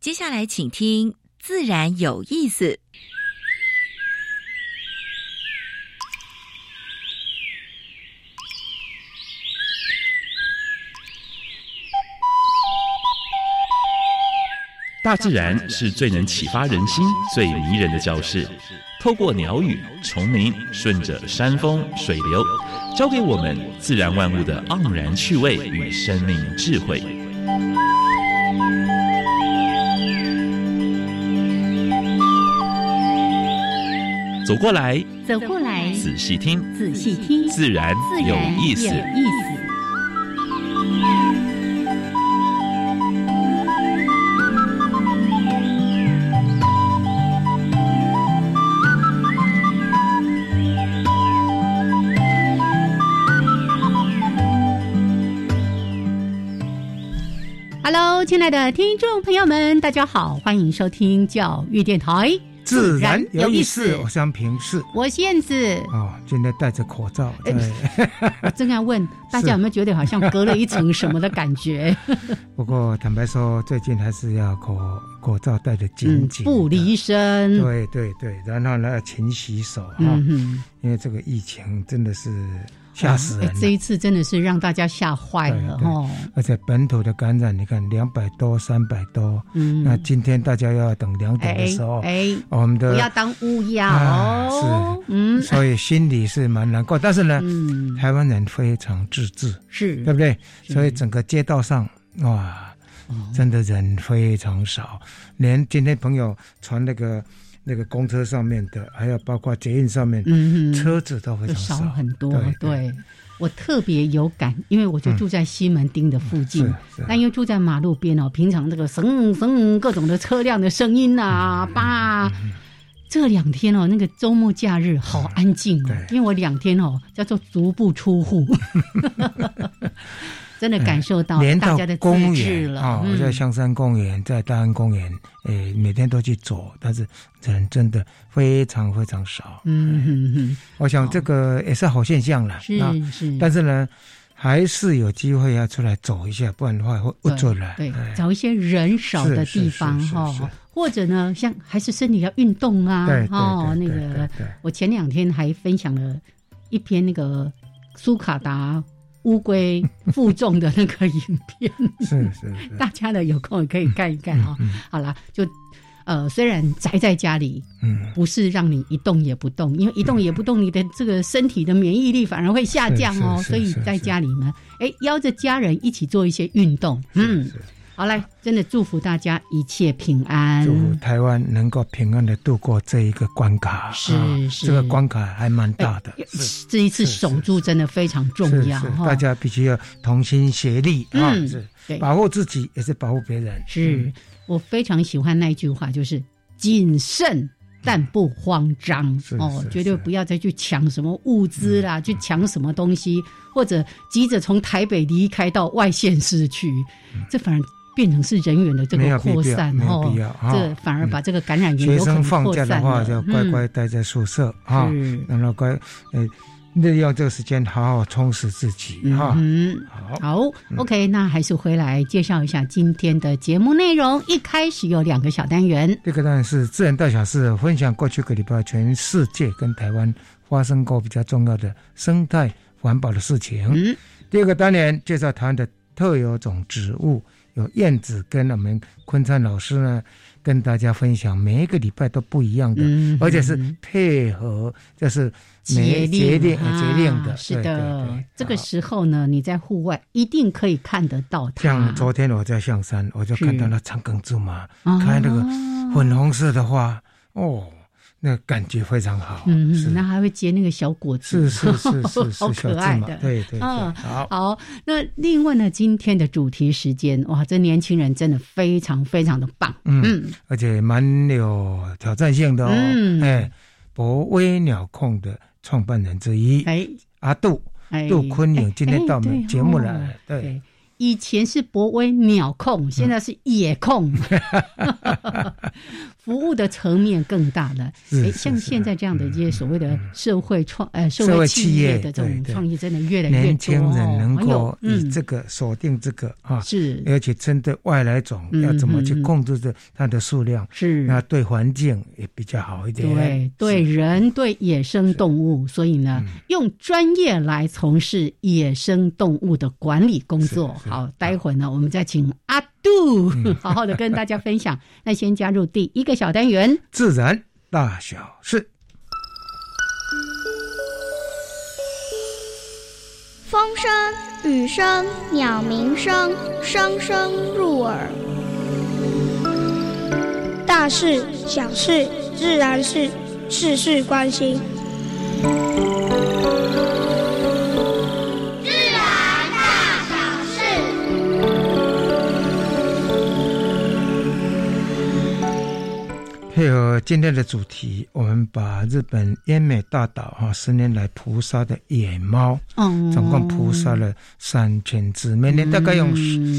接下来请听自然有意思。 大自然是最能启发人心、最迷人的教室。透过鸟语、虫鸣，顺着山峰、水流，教给我们自然万物的盎然趣味与生命智慧。走过来， 走过来， 仔细听， 仔细听， 自然有意思。 Hello， 亲爱的听众朋友们，大家好，欢迎收听教育电台， 自然有意思。我是杨平视， 我是燕子。 哦，今天戴着口罩， 我正要问大家有没有觉得好像隔了一层什么的感觉？ 不过坦白说，最近还是要口罩戴得紧紧的， 不离身。对对对，然后呢，勤洗手哈，因为这个疫情真的是吓死人了， 这一次真的是让大家吓坏了哦！ 而且本土的感染，你看200多、300多，那今天大家要等2点的时候，我们的不要当乌鸦哦， 所以心里是蛮难过。但是呢，台湾人非常自治， 是对不对？所以整个街道上，哇，真的人非常少，连今天朋友传那个公车上面的，还有包括捷运上面，车子都非常少很多。对，我特别有感，因为我就住在西门町的附近，但因为住在马路边哦，平常这个声各种的车辆的声音啊，这2天哦，那个周末假日好安静哦，因为我2天哦叫做足不出户。真的感受到大家的自治了。 我在香山公园，在大安公园，每天都去走，但是人真的非常非常少。我想这个也是好现象了。是。但是呢，还是有机会要出来走一下，不然的话会不出来。 对，找一些人少的地方哈，或者呢，像还是身体要运动啊。 对。 那个，我前2天还分享了一篇那个苏卡达乌龟负重的那个影片， 是， 大家呢有空也可以看一看啊。好啦，就虽然宅在家里，不是让你一动也不动，因为一动也不动，你的这个身体的免疫力反而会下降哦。所以在家里呢，邀着家人一起做一些运动，好来，真的祝福大家一切平安， 祝福台湾能够平安的度过这一个关卡。 是， 这个关卡还蛮大的， 这一次守住真的非常重要， 大家必须要同心协力啊，保护自己也是保护别人。 是，我非常喜欢那句话，就是谨慎但不慌张绝对不要再去抢什么物资啦，去抢什么东西，或者急着从台北离开到外县市去，这反而变成是人员的这个扩散， 没有必要， 这反而把这个感染源有可能扩散。学生放假的话就乖乖待在宿舍然后利用这个时间好好充实自己好 OK， 那还是回来介绍一下今天的节目内容。一开始有2个小单元， 这个当然是自然大小事，分享过去个礼拜全世界跟台湾发生过比较重要的生态环保的事情。第2个单元介绍台湾的特有种植物，有燕子跟我们昆灿老师呢跟大家分享，每一个礼拜都不一样的，而且是配合就是节令的。 是的，这个时候呢，你在户外一定可以看得到它。 像昨天我在象山，我就看到那长梗苎麻，看那个粉红色的花，那感觉非常好。 那还会结那个小果子， 是好可爱的。 对， 好。那另外呢，今天的主题时间，哇，这年轻人真的非常非常的棒， 而且蛮有挑战性的博威鸟控的创办人之一，阿杜昆颖今天到我们节目来，对。 以前是博威鸟控，现在是野控，服务的层面更大了。像现在这样的一些所谓的社会企业的这种创意，真的越来越多。 年轻人能够以这个锁定这个是， 而且针对外来种要怎么去控制它的数量， 是， 那对环境也比较好一点。 对人对野生动物，所以呢，用专业来从事野生动物的管理工作。好，待会呢，我们再请阿杜好好的跟大家分享。那先加入第一个小单元， 自然大小事。 风声、雨声、鸟鸣声，声声入耳。大事、小事、自然事，事事关心。 配合今天的主题，我们把日本奄美大岛10年来捕杀的野猫，总共捕杀了3000只，每年大概用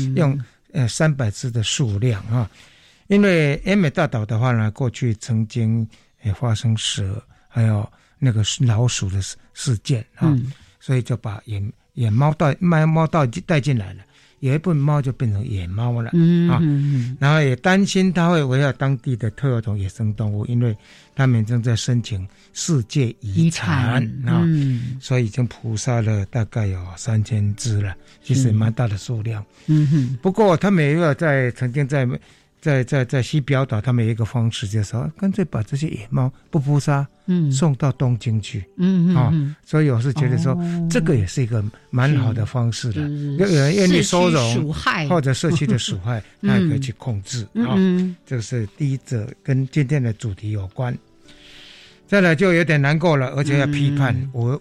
300只的数量因为奄美大岛的话呢，过去曾经发生蛇还有那个老鼠的事件所以就把野猫带进来了。有一部分猫就变成野猫了然后也担心它会危害当地的特有种野生动物，因为他们正在申请世界遗产所以已经捕杀了大概有3000只了，其实蛮大的数量不过他们也有曾经在西表岛，他们有一个方式，就是说干脆把这些野猫不捕杀送到东京去所以我是觉得说这个也是一个蛮好的方式的，有人愿意收容或者社区的鼠害那也可以去控制这个是第一则跟今天的主题有关。再来就有点难过了，而且要批判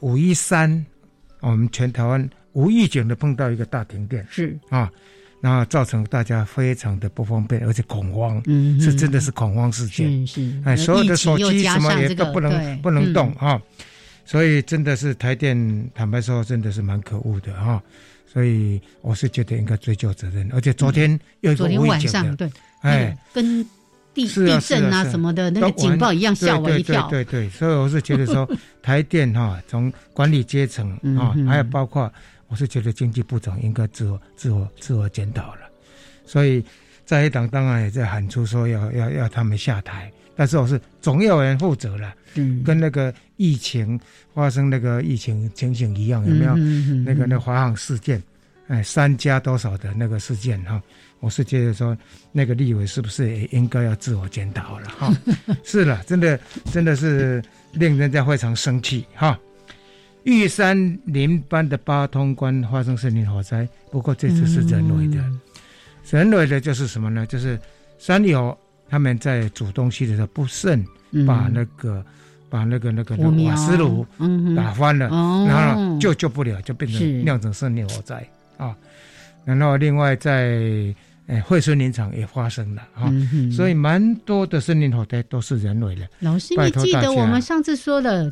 513我们全台湾无预警的碰到一个大停电是然后造成大家非常的不方便，而且恐慌是真的是恐慌事件所有的手机什么也都不能动所以真的是台电坦白说真的是蛮可恶的所以我是觉得应该追究责任，而且昨天又一个无预警的跟地震什么的那个警报一样，吓我一跳。 对，所以我是觉得说台电从管理阶层还有包括我是觉得经济部长应该自我检讨了，所以在野党当然也在喊出说要他们下台，但是我是总要有人负责了跟那个疫情发生那个疫情情形一样，有没有那个华航事件3加多少的那个事件我是觉得说那个立委是不是也应该要自我检讨了是了，真的是令人家非常生气玉山林班的8通关发生森林火灾，不过这次是人为的人为的就是什么呢，就是山友他们在煮东西的时候不慎把那个瓦斯炉打翻了然后救不了，就变成酿成森林火灾然后另外在惠春林场也发生了所以蛮多的森林火灾都是人为的。 老师你记得我们上次说的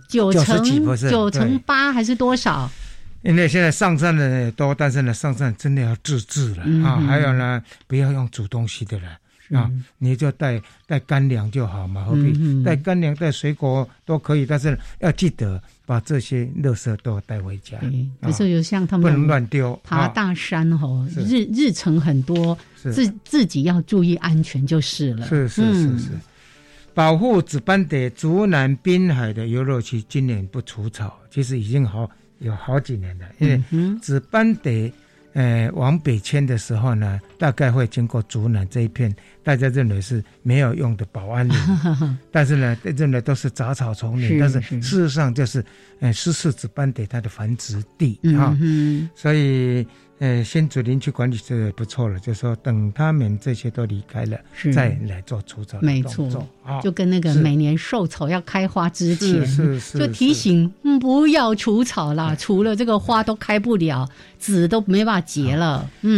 9%还是多少？ 因为现在上山的人也多，但是呢上山真的要自制了还有呢不要用煮东西的了你就带干粮就好嘛，何必带干粮带水果都可以，但是要记得把这些垃圾都带回家可是有像他们不能乱丢爬大山日程很多自己要注意安全就是了是保护紫斑蝶竹南滨海的游乐区今年不除草，其实已经有好几年了，因为紫斑蝶往北迁的时候呢，大概会经过竹南这一片，大家认为是没有用的保安林但是呢认为都是杂草丛林，但是事实上就是湿式紫斑蝶它的繁殖地所以新竹林区管理这也不错了，就是说等他们这些都离开了再来做除草的动作。没错就跟那个每年寿草要开花之前就提醒不要除草啦除了这个花都开不了，籽都没办法结了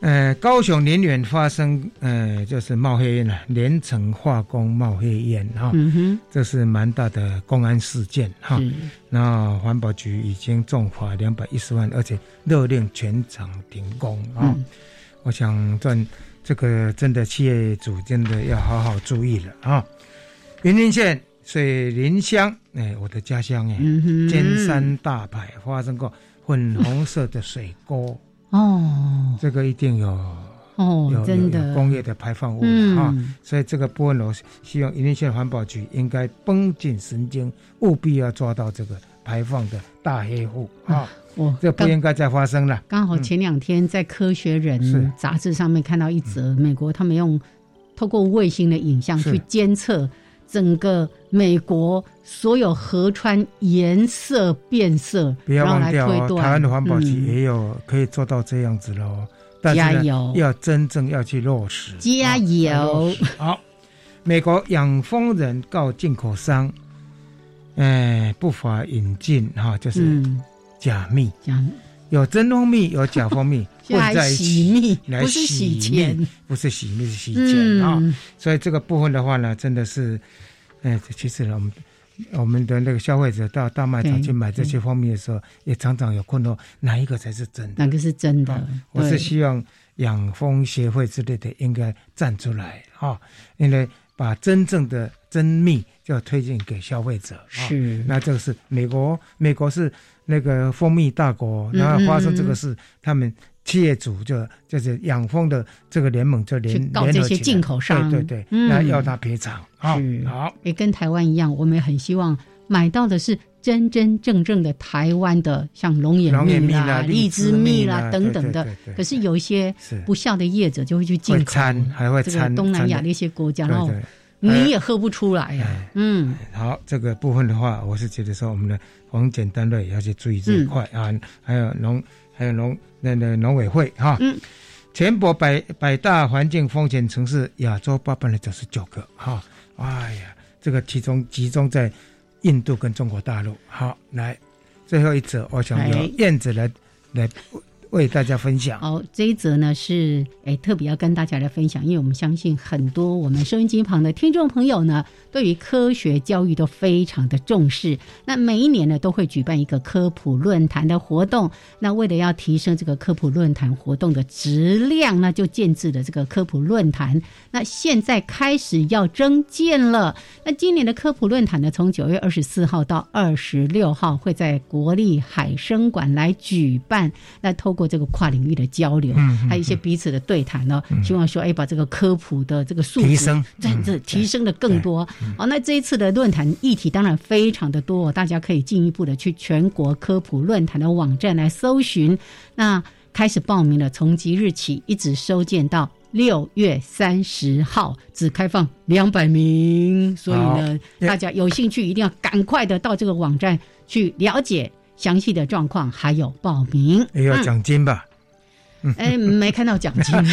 高雄林园发生就是冒黑烟了，连城化工冒黑烟哈，这是蛮大的公安事件哈。那环保局已经重罚210万，而且勒令全厂停工啊。我想这个真的企业主真的要好好注意了啊。云林县水林乡，我的家乡尖山大排发生过粉红色的水沟。这个一定有真的有工业的排放物所以这个部分我希望云林县环保局应该绷紧神经，务必要抓到这个排放的大黑户这不应该再发生了。 刚好前2天在科学人杂志上面看到一则美国他们透过卫星的影像去监测整个美国所有河川颜色变色， 不要忘掉台湾的环保局也有可以做到这样子咯。但是加油，要真正要去落实， 加油。 好，美国养蜂人告进口商不法引进就是假蜜，有真蜂蜜有假蜂蜜混在一起来洗蜜，不是洗蜜是洗钱所以这个部分的话呢，真的是其实我们的那个消费者到大卖场去买这些蜂蜜的时候，也常常有困惑，哪一个才是真的， 哪个是真的我是希望养蜂协会之类的应该站出来因为把真正的真蜜就要推荐给消费者是那这个是美国是那个蜂蜜大国，然后发生这个事他们企业主就是养蜂的这个联盟就联告这些进口商， 对那要他赔偿好， 也跟台湾一样，我们也很希望买到的是真真正正的台湾的，像龙眼蜜啦、荔枝蜜啦等等的。可是有一些不孝的业者就会去进口， 还会掺东南亚的一些国家，然后你也喝不出来好，这个部分的话，我是觉得说我们的防检单位也要去注意这一块还有农委会全国百大环境风险城市，亚洲899个这个其中集中在印度跟中国大陆。好，来最后一则，我想由燕子来为大家分享。 这一则呢是特别要跟大家来分享，因为我们相信很多我们收音机旁的听众朋友呢，对于科学教育都非常的重视。那每一年呢都会举办一个科普论坛的活动，那为了要提升这个科普论坛活动的质量呢，就建制了这个科普论坛。那现在开始要征件了。那今年的科普论坛呢，从9月24号到26号会在国立海生馆来举办。那透过这个跨领域的交流，还有一些彼此的对谈呢，希望说把这个科普的这个素质提升的更多。那这一次的论坛议题当然非常的多，大家可以进一步的去全国科普论坛的网站来搜寻。那开始报名了，从即日起一直收件到6月30号，只开放200名，所以呢，大家有兴趣一定要赶快的到这个网站去了解详细的状况，还有报名。 也有奖金吧？ 没看到奖金。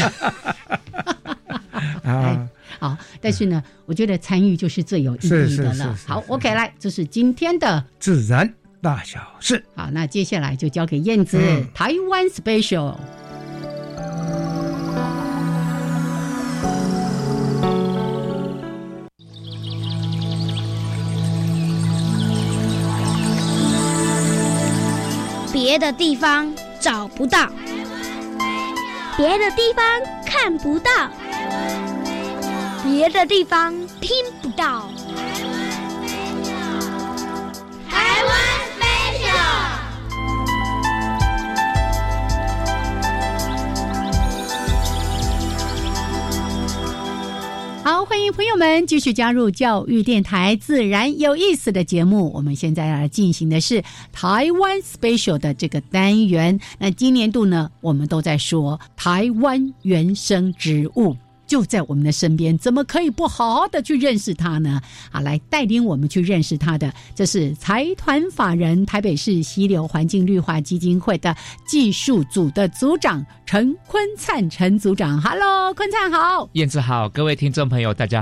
好，但是呢，我觉得参与就是最有意义的了。好 ，OK， 来，这是今天的自然大小事。 好，那接下来就交给燕子，台湾 Special。 别的地方找不到，别的地方看不到，别的地方听不到。台湾 Special。 好，欢迎朋友们继续加入教育电台自然有意思的节目。我们现在来进行的是台湾 Special 的这个单元。那今年度呢，我们都在说台湾原生植物就在我们的身边，怎么可以不好好的去认识它呢？好，来带领我们去认识它的，这是财团法人台北市溪流环境绿化基金会的技术组的组长陈坤灿陈组长。 Hello， 坤灿好。 燕子好，各位听众朋友大家好。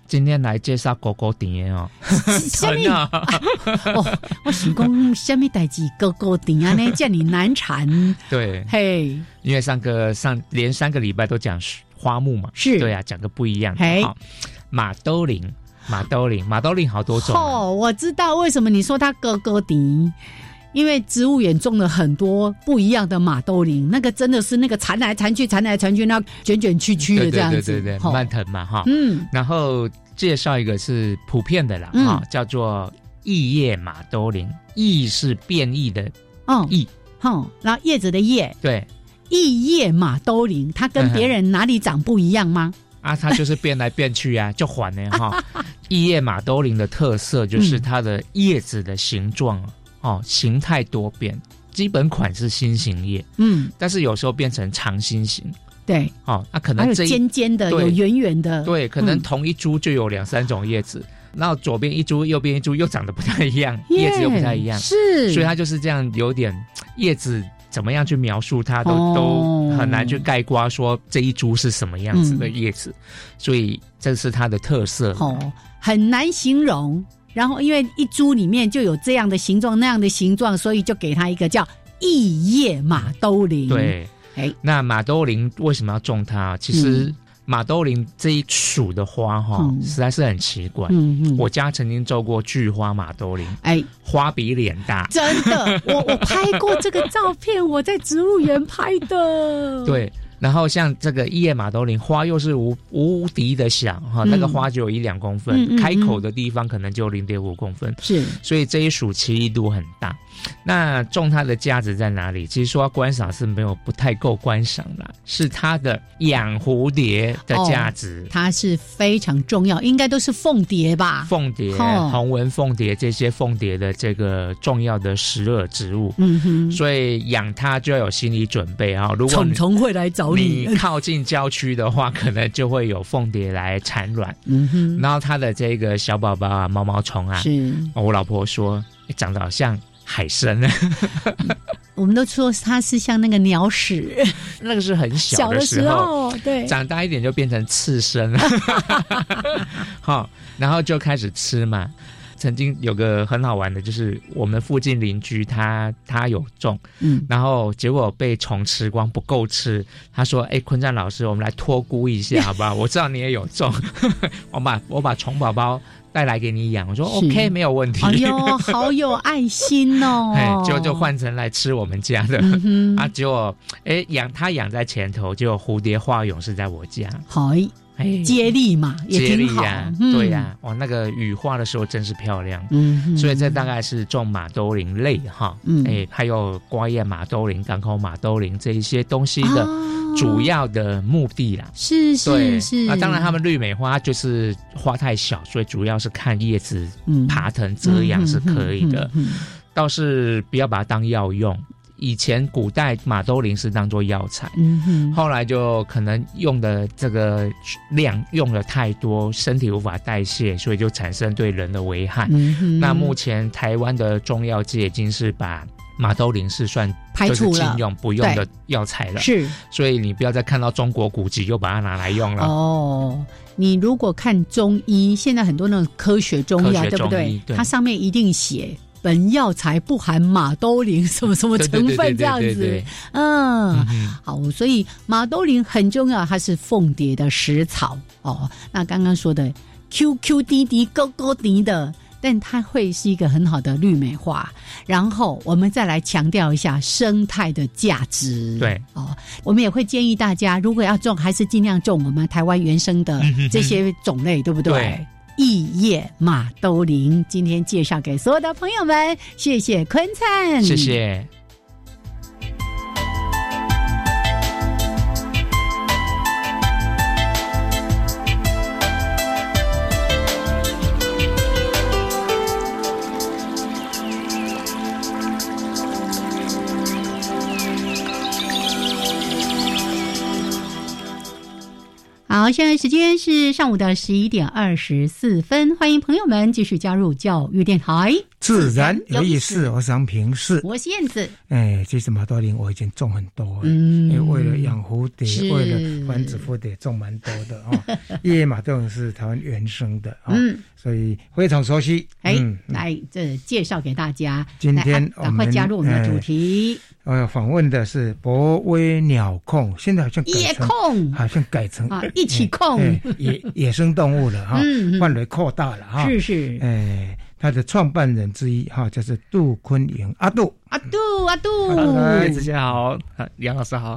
今天来介绍狗狗甜哦。 什么？哦，我想讲什么代志？狗狗甜啊呢，叫你难缠。 对， 嘿， 因为连3个礼拜都讲花木嘛， 是对啊，讲个不一样的。好，马兜铃好多种。 哦，我知道为什么你说它狗狗甜。因为植物园种了很多不一样的马兜铃，那个真的是那个缠来缠去，那卷卷曲曲的这样子， 对，蔓藤嘛哈。然后介绍一个是普遍的啦哈，叫做异叶马兜铃，异是变异的异， 然后叶子的叶， 对， 异叶马兜铃，它跟别人哪里长不一样吗？ 它就是变来变去啊，就缓呢哈。异叶马兜铃的特色就是它的叶子的形状形态多变，基本款是心形叶，但是有时候变成长心形， 对， 可能还有尖尖的，有圆圆的， 对，可能同一株就有2-3种叶子，然后左边一株，右边一株又长得不太一样，叶子又不太一样， 是， 所以它就是这样，有点叶子怎么样去描述它都很难去概括说这一株是什么样子的叶子，所以这是它的特色， 很难形容。然后因为一株里面就有这样的形状那样的形状，所以就给它一个叫异叶马兜铃。 对，那马兜铃为什么要种它？其实马兜铃这一属的花实在是很奇怪。我家曾经种过巨花马兜铃，花比脸大， 真的。我拍过这个照片，我在植物园拍的。 对。然后像这个异叶马兜铃，花又是无敌的小那个花就有1-2公分，开口的地方可能就0.5公分， 是， 所以这一属奇异度很大。那种它的价值在哪里？其实说观赏是不太够观赏啦，是它的养蝴蝶的价值， 它是非常重要，应该都是凤蝶吧？ 凤蝶、红纹凤蝶这些凤蝶的这个重要的食饵植物，所以养它就要有心理准备啊。如果虫虫会来找你靠近郊区的话，可能就会有凤蝶来产卵，然后它的这个小宝宝啊，毛毛虫啊， 是， 我老婆说长得好像海参， 我们都说它是像那个鸟屎， 那个是很小的时候， 对， 长大一点就变成刺身了，然后就开始吃嘛。曾经有个很好玩的，就是我们附近邻居他有种，然后结果被虫吃光，不够吃。他说：“昆赞老师，我们来托孤一下，好不好？我知道你也有种，我把虫宝宝带来给你养。”我说 ：“OK， 没有问题。” 哎呦，好有爱心哦！ 就换成来吃我们家的结果他养在前头，结果蝴蝶化蛹是在我家。 好。接力嘛，也挺好对呀，那个羽化的时候真是漂亮，所以这大概是种马兜铃类哈，还有瓜叶马兜铃、港口马兜铃这一些东西的主要的目的啦， 是。 那当然，他们绿美花就是花太小，所以主要是看叶子爬藤遮阳是可以的，倒是不要把它当药用。以前古代马兜铃是当作药材，后来就可能用的这个量用了太多，身体无法代谢，所以就产生对人的危害。那目前台湾的中药界已经是把马兜铃是算排除了， 就是禁用不用的药材了， 是， 所以你不要再看到中国古籍又把它拿来用了。 你如果看中医，现在很多那种科学中药，对不对？它上面一定写。本药材不含马兜铃什么什么成分这样子，好，所以马兜铃很重要，它是凤蝶的食草那刚刚说的 QQ 滴滴勾勾滴的，但它会是一个很好的绿美化。然后我们再来强调一下生态的价值， 对我们也会建议大家，如果要种，还是尽量种我们台湾原生的这些种类，对不对？ 对。 异叶马兜铃，今天介绍给所有的朋友们，谢谢坤灿， 谢谢。 好，现在时间是上午的11:24，欢迎朋友们继续加入教育电台。 自然有意思，我想平视。 我是燕子。 其实马多林我已经种很多了，为了养蝴蝶，为了繁殖蝴蝶，种蛮多的叶马多林是台湾原生的所以非常熟悉。 来这介绍给大家。 今天赶快加入我们的主题。 访问的是博威鸟控，现在好像野控， 好像改成一起控野生动物了范围扩大了是。 他的创办人之一就是杜坤营阿杜， 大家好，杨老师好。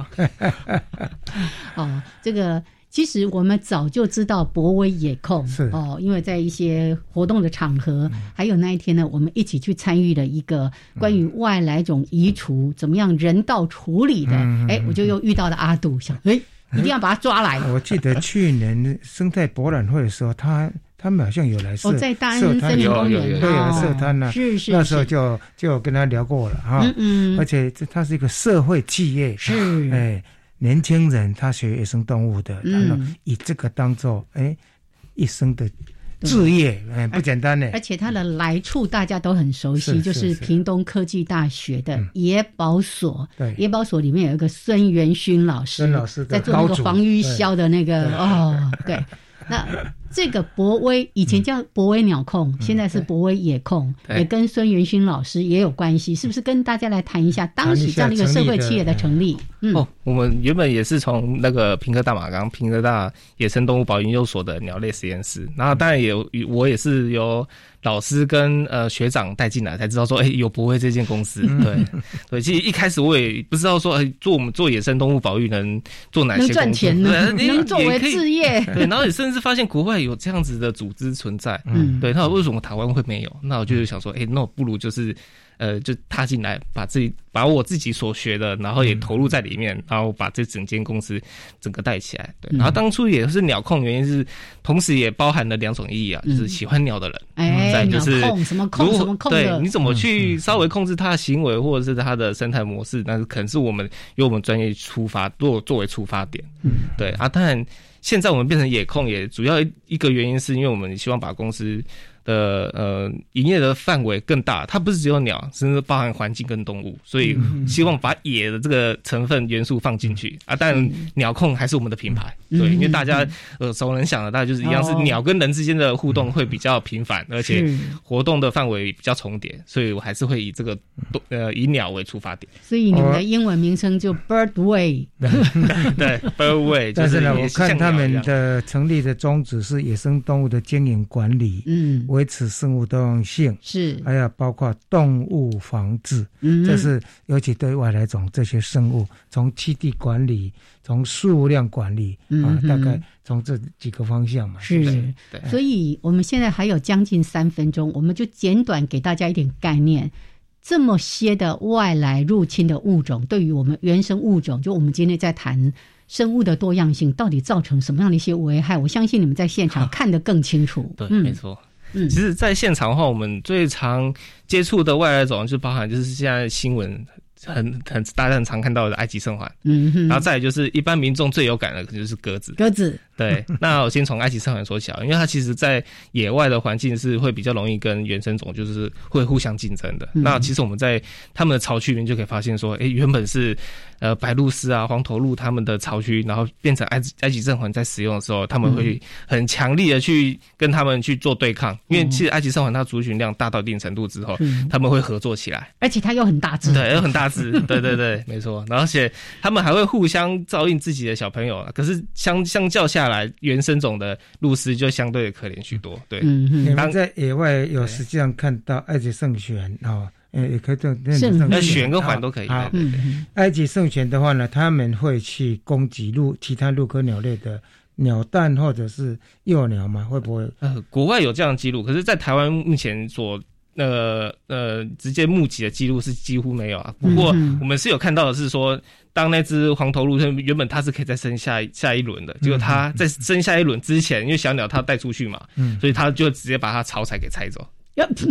这个其实我们早就知道博威野控因为在一些活动的场合，还有那一天呢，我们一起去参与了一个关于外来种移除怎么样人道处理的，我就又遇到了阿杜，想一定要把他抓来。 我记得去年生态博览会的时候，他们好像有来在大安森林公园对，有设摊呢。 是那时候就有跟他聊过了而且它是一个社会企业， 是年轻人他学野生动物的，然后以这个当做一生的志业，不简单呢。 而且它的来处大家都很熟悉，就是屏东科技大学的野保所。对，野保所里面有一个孙元勋老师，在做那个防御鸮的那个对。那这个博威以前叫博威鸟控，现在是博威野控，也跟孙元勋老师也有关系，是不是？跟大家来谈一下当时这样的一个社会企业的成立。 我们原本也是从那个屏科大马冈屏科大野生动物保育研究所的鸟类实验室，然后当然我也是由老师跟学长带进来，才知道说有博威这间公司。对，其实一开始我也不知道说我们做野生动物保育能做哪些能赚钱呢？能作为事业。 对，然后也甚至发现国外有这样子的组织存在。对，那为什么台湾会没有？那我就想说，那我不如就是就踏进来，把我自己所学的，然后也投入在里面，然后把这整间公司整个带起来。对，然后当初也是鸟控，原因是同时也包含了两种意义就是喜欢鸟的人，再就是鸟控什么控什么控的， 对，你怎么去稍微控制它的行为或者是它的生态模式，那可能是由我们专业出发，作为出发点。对当然现在我们变成野控，也主要一个原因是因为我们希望把公司的营业的范围更大，它不是只有鸟，甚至包含环境跟动物，所以希望把野的这个成分元素放进去但鸟控还是我们的品牌。对，因为大家熟能详的，大概就是一样是鸟跟人之间的互动会比较频繁，而且活动的范围比较重叠，所以我还是会以这个以鸟为出发点。 所以你们的英文名称就 Birdway。 对 Birdway。 但是呢，我看他们的成立的宗旨是野生动物的经营管理，维持生物多样性，是还有包括动物防治，这是尤其对外来种这些生物，从栖地管理，从数量管理大概从这几个方向嘛。 是，所以我们现在还有将近3分钟，我们就简短给大家一点概念。这么些的外来入侵的物种，对于我们原生物种，就我们今天在谈生物的多样性，到底造成什么样的一些危害？我相信你们在现场看得更清楚。 对，没错。其实在现场的话，我们最常接触的外来种就包含就是现在新闻大家很常看到的埃及圣环，然后再来就是一般民众最有感的可能就是鸽子。对，那我先从埃及圣环说起来，因为它其实在野外的环境是会比较容易跟原生种就是会互相竞争的。那其实我们在他们的巢区里面就可以发现说，原本是白鹭鸶黄头鹭他们的巢区，然后变成埃及圣环在使用的时候，他们会很强力的去跟他们去做对抗，因为其实埃及圣环它族群量大到一定程度之后，他们会合作起来， 而且它又很大只， 对，又很大只，对，没错。然后而且他们还会互相照应自己的小朋友，可是相较下来，原生种的鹭鸶就相对的可怜许多。对， 你们在野外有实际上看到埃及圣玄也可以那玄跟环都可以。 埃及圣玄的话呢，他们会去攻击其他陆科鸟类的鸟蛋或者是幼鸟吗？会不会？ 国外有这样的记录，可是在台湾目前所直接目击的记录是几乎没有啊。不过我们是有看到的是说，当那只黄头鹭原本它是可以再生下一轮的，结果它在生下一轮之前，因为小鸟它带出去嘛，所以它就直接把它巢材给拆走。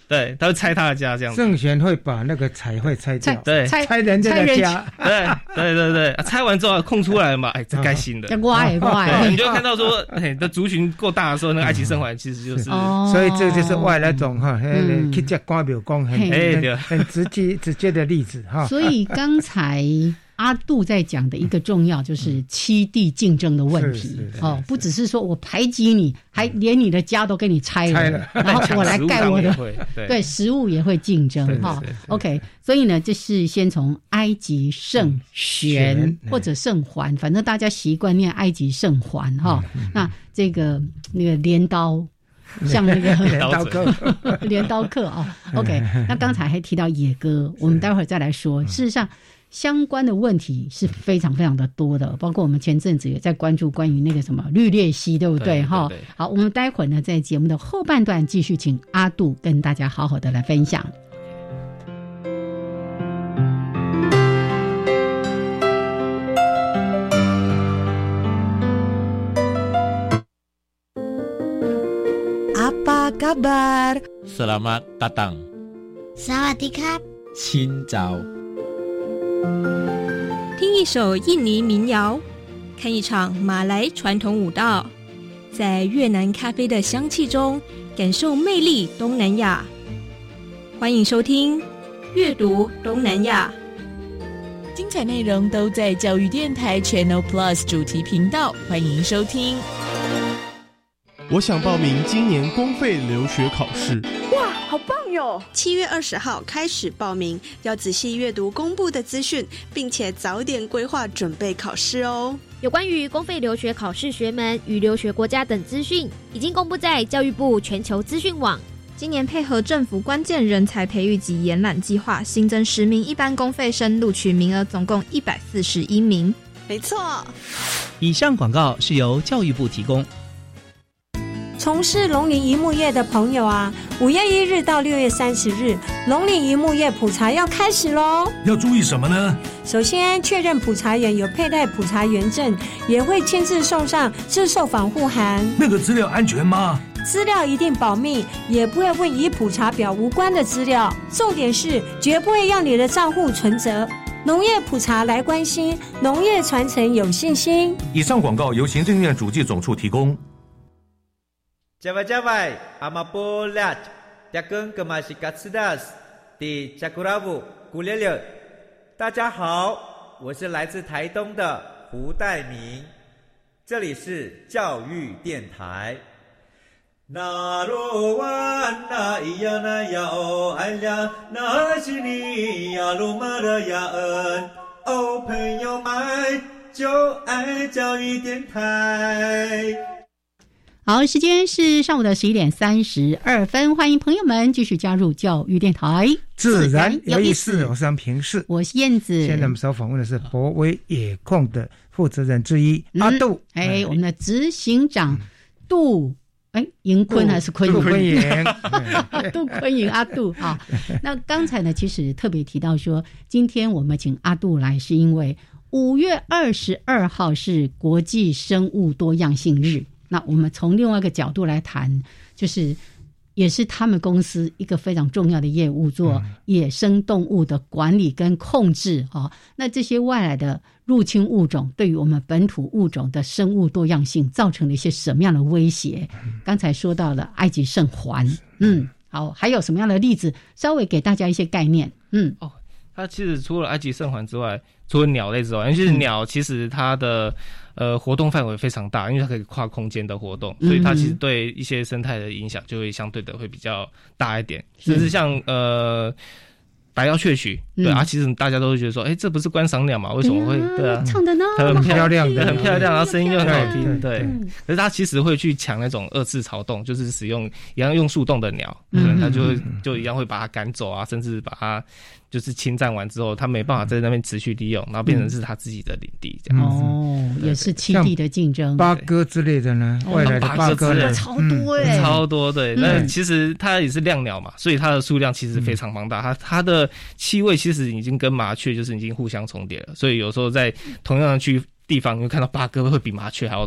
对，他会拆他的家这样子。 圣贤会把那个彩绘拆掉， 对， 拆人家的家， 对，拆完之后空出来嘛，这该新的， 乖， 你就会看到说，的族群够大的时候，那个埃及圣环其实就是， 所以这就是外来种哈，去这官庙讲很直接的例子哈。 所以刚才阿杜在讲的一个重要就是栖地竞争的问题不只是说我排挤你，还连你的家都给你拆了，然后我来盖我的，对，食物也会竞争哈。OK， 所以呢，这是先从埃及圣玄或者圣环，反正大家习惯念埃及圣环哈。那这个那个镰刀。像那个镰刀客OK， 那刚才还提到野歌，我们待会儿再来说。事实上，相关的问题是非常非常的多的，包括我们前阵子也在关注关于那个什么绿鬣蜥，对不对？哈，好，我们待会儿呢在节目的后半段继续请阿杜跟大家好好的来分享。 Apa kabar? Selamat datang. Sawadee-krap. 清早。 听一首印尼民谣，看一场马来传统舞蹈，在越南咖啡的香气中感受魅力东南亚。欢迎收听阅读东南亚， 精彩内容都在教育电台 Channel Plus 主题频道，欢迎收听。 我想报名今年公费留学考试。 哇，好棒哟 ！7月20号开始报名，要仔细阅读公布的资讯，并且早点规划准备考试哦。 有关于公费留学考试学门与留学国家等资讯，已经公布在教育部全球资讯网。 今年配合政府关键人才培育及延揽计划，新增10名一般公费生，录取名额总共141名。 没错。 以上广告是由教育部提供。 从事农林渔牧业的朋友啊，5月1日到6月30日，农林渔牧业普查要开始咯。 要注意什么呢？ 首先确认普查员有佩戴普查员证，也会亲自送上自售防护函。 那个资料安全吗？ 资料一定保密，也不会问与普查表无关的资料。重点是绝不会让你的账户存折。农业普查来关心，农业传承有信心。 以上广告由行政院主计总处提供。 Jawai, amapolat, dagang kemashikatsidas di Jakuravu Gulele。大家好，我是来自台东的胡代明，这里是教育电台。那罗哇那咿呀那呀哦哎呀，那是你呀鲁玛的呀恩哦，朋友们就爱教育电台。 好，时间是上午的11点32分，欢迎朋友们继续加入教育电台， 自然有意思。我是杨平世， 我是燕子。 现在我们所访问的是博威野控的负责人之一阿杜， 我们的执行长杜迎坤还是坤杜坤迎杜坤迎阿杜啊。那刚才呢，其实特别提到说，今天我们请阿杜来，是因为5月22号是国际生物多样性日。那我们从另外一个角度来谈，就是也是他们公司一个非常重要的业务，做野生动物的管理跟控制那这些外来的入侵物种对于我们本土物种的生物多样性造成了一些什么样的威胁？刚才说到了埃及圣环，好，还有什么样的例子？稍微给大家一些概念。 它其实除了埃及圣环之外，除了鸟类之外，因为鸟其实它的活动范围非常大，因为它可以跨空间的活动，所以它其实对一些生态的影响就会相对的会比较大一点。甚至像白腰雀曲，对啊，其实大家都会觉得说，这不是观赏鸟嘛？为什么会对啊？ 唱的那么很漂亮的，很漂亮，然后声音又很好听，对。可是它其实会去抢那种2次巢洞，就是使用一样用树洞的鸟，它就一样会把它赶走啊，甚至把它就是侵占完之后，它没办法在那边持续利用，然后变成是它自己的领地这样子。 也是栖地的竞争。 八哥之类的呢，外来的八哥的超多超多对。那其实它也是亮鸟嘛，所以它的数量其实非常庞大。它的气味其实已经跟麻雀就是已经互相重叠了，所以有时候在同样的地方，你会看到八哥会比麻雀还要多。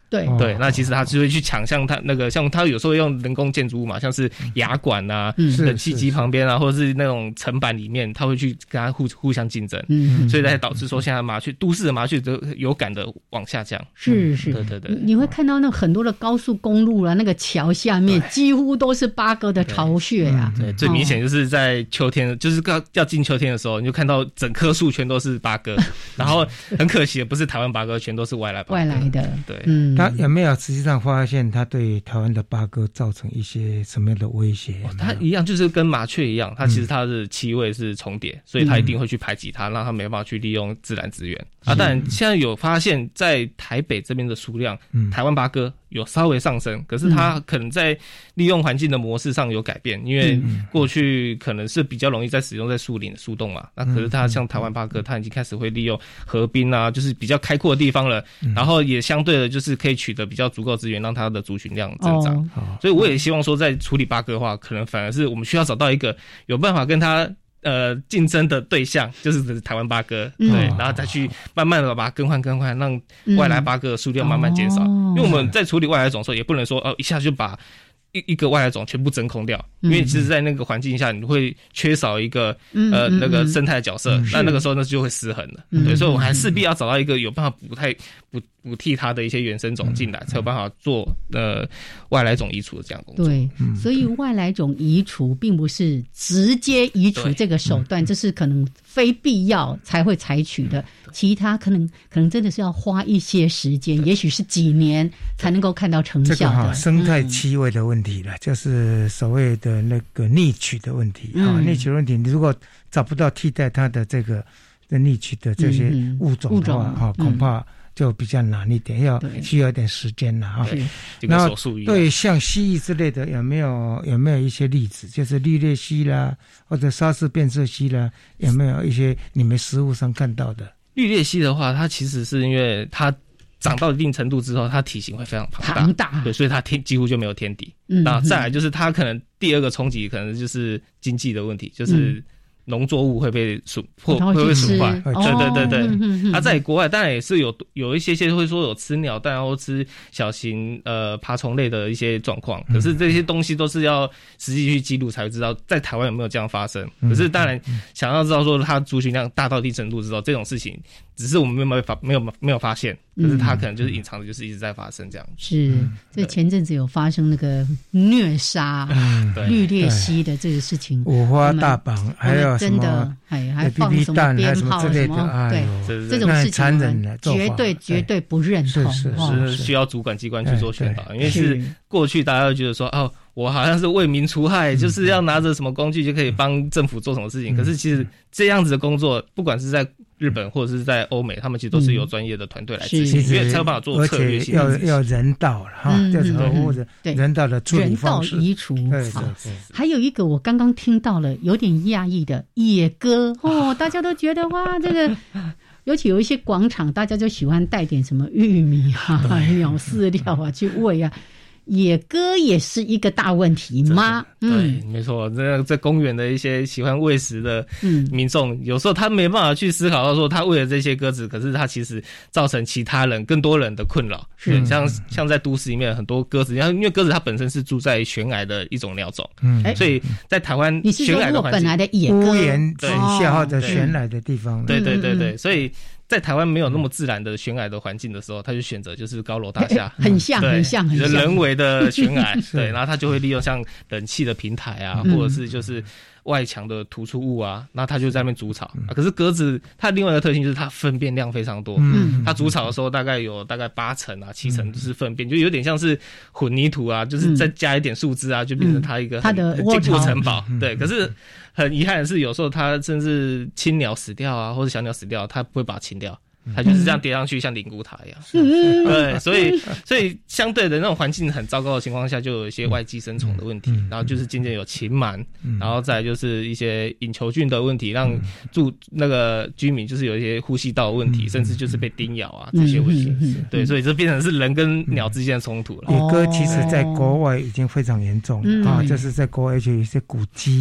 对对，那其实它就会去抢，像它那个，像它有时候用人工建筑物嘛，像是牙管啊、冷气机旁边啊，或者是那种层板里面，它会去跟它互相竞争，所以才导致说现在麻雀，都市的麻雀都有感的往下降。 是， 对， 你会看到那很多的高速公路啊，那个桥下面几乎都是八哥的巢穴啊。 对，最明显就是在秋天，就是要进秋天的时候，你就看到整棵树全都是八哥，然后很可惜的不是台湾八哥，全都是外来的。对， 他有没有实际上发现他对台湾的八哥造成一些什么样的威胁？ 它一样，就是跟麻雀一样，它其实它的气味是重叠，所以它一定会去排挤它，让它没办法去利用自然资源啊。当然，现在有发现，在台北这边的数量，台湾八哥有稍微上升，可是它可能在利用环境的模式上有改变，因为过去可能是比较容易在使用在树林树洞嘛，那可是它像台湾八哥，它已经开始会利用河滨啊，就是比较开阔的地方了，然后也相对的就是可以取得比较足够资源，让它的族群量增长。所以我也希望说，在处理八哥的话，可能反而是我们需要找到一个有办法跟它竞争的对象，就是台湾八哥，对，然后再去慢慢的把它更换，让外来八哥的数量慢慢减少。因为我们在处理外来种的时候，也不能说一下就把一个外来种全部真空掉，因为其实在那个环境下，你会缺少一个那个生态的角色，那个时候呢就会失衡了。对，所以我们还势必要找到一个有办法补替它的一些原生种进来，才有办法做外来种移除的这样工作。 对，所以外来种移除并不是直接移除这个手段，这是可能非必要才会采取的，其他可能真的是要花一些时间，也许是几年才能够看到成效的。 生态气味的问题了，就是所谓的那个逆取的问题逆取的问题，你如果找不到替代它的这个逆取的这些物种的话，恐怕就比较难一点，需要一点时间了哈。 那手术对像蜥蜴之类的有没有一些例子，就是绿鬣蜥啦，或者沙氏变色蜥啦，有没有一些你们实物上看到的？ 绿鬣蜥的话，它其实是因为它长到一定程度之后，它体型会非常庞大，对，所以它几乎就没有天敌。那再来就是它可能第二个冲击，可能就是经济的问题，就是农作物会被会被损坏。对。它在国外当然也是有一些会说有吃鸟蛋或吃小型爬虫类的一些状况，可是这些东西都是要实际去记录才会知道在台湾有没有这样发生。可是当然想要知道说它族群量大到一定程度之后，这种事情只是我们没有发现，可是它可能就是隐藏的，就是一直在发生这样。 是，所以前阵子有发生那个虐杀绿鬣蜥的这个事情， 五花大绑，还有真的还放什么鞭炮什么，对，这种事情绝对不认同， 是需要主管机关去做宣导，因为是过去大家都觉得说我好像是为民除害，就是要拿着什么工具就可以帮政府做什么事情。可是其实这样子的工作，不管是在日本或者是在欧美，他们其实都是有专业的团队来执行，因为才有办法做策略性的， 而且要人道了哈，就是或者人道的处理方式， 人道移除。对。还有一个我刚刚听到了，有点讶异的野鸽大家都觉得哇，这个。尤其有一些广场，大家就喜欢带点什么玉米鸟饲料去喂野鸽也是一个大问题吗？ 对，没错。在公园的一些喜欢喂食的民众，有时候他没办法去思考到说，他喂了这些鸽子，可是他其实造成其他人更多人的困扰。像在都市里面很多鸽子，因为鸽子它本身是住在悬崖的一种鸟种，所以在台湾悬崖的环境， 本来的野鸽屋檐底下或者悬崖的地方， 对，所以。在台湾没有那么自然的悬崖的环境的时候，他就选择就是高楼大厦， 很像人为的悬崖，对，然后他就会利用像冷气的平台啊，或者是就是外墙的突出物啊，然后他就在那边筑巢。可是鸽子它另外一个特性就是它粪便量非常多，它筑巢的时候大概8成啊7成就是粪便，就有点像是混凝土啊，就是再加一点树枝啊，就变成它一个它的坚固城堡。对，可是很遗憾的是，有时候它甚至青鸟死掉啊，或者小鸟死掉，它不会把它清掉。它就是这样叠上去，像灵骨塔一样。对，所以相对的那种环境很糟糕的情况下，就有一些外寄生虫的问题，然后就是渐渐有禽螨，然后再来就是一些隐球菌的问题，让那个居民就是有一些呼吸道的问题，甚至就是被叮咬啊这些问题。对，所以这变成是人跟鸟之间的冲突了。 野鸽其实在国外已经非常严重就是在国外有一些古迹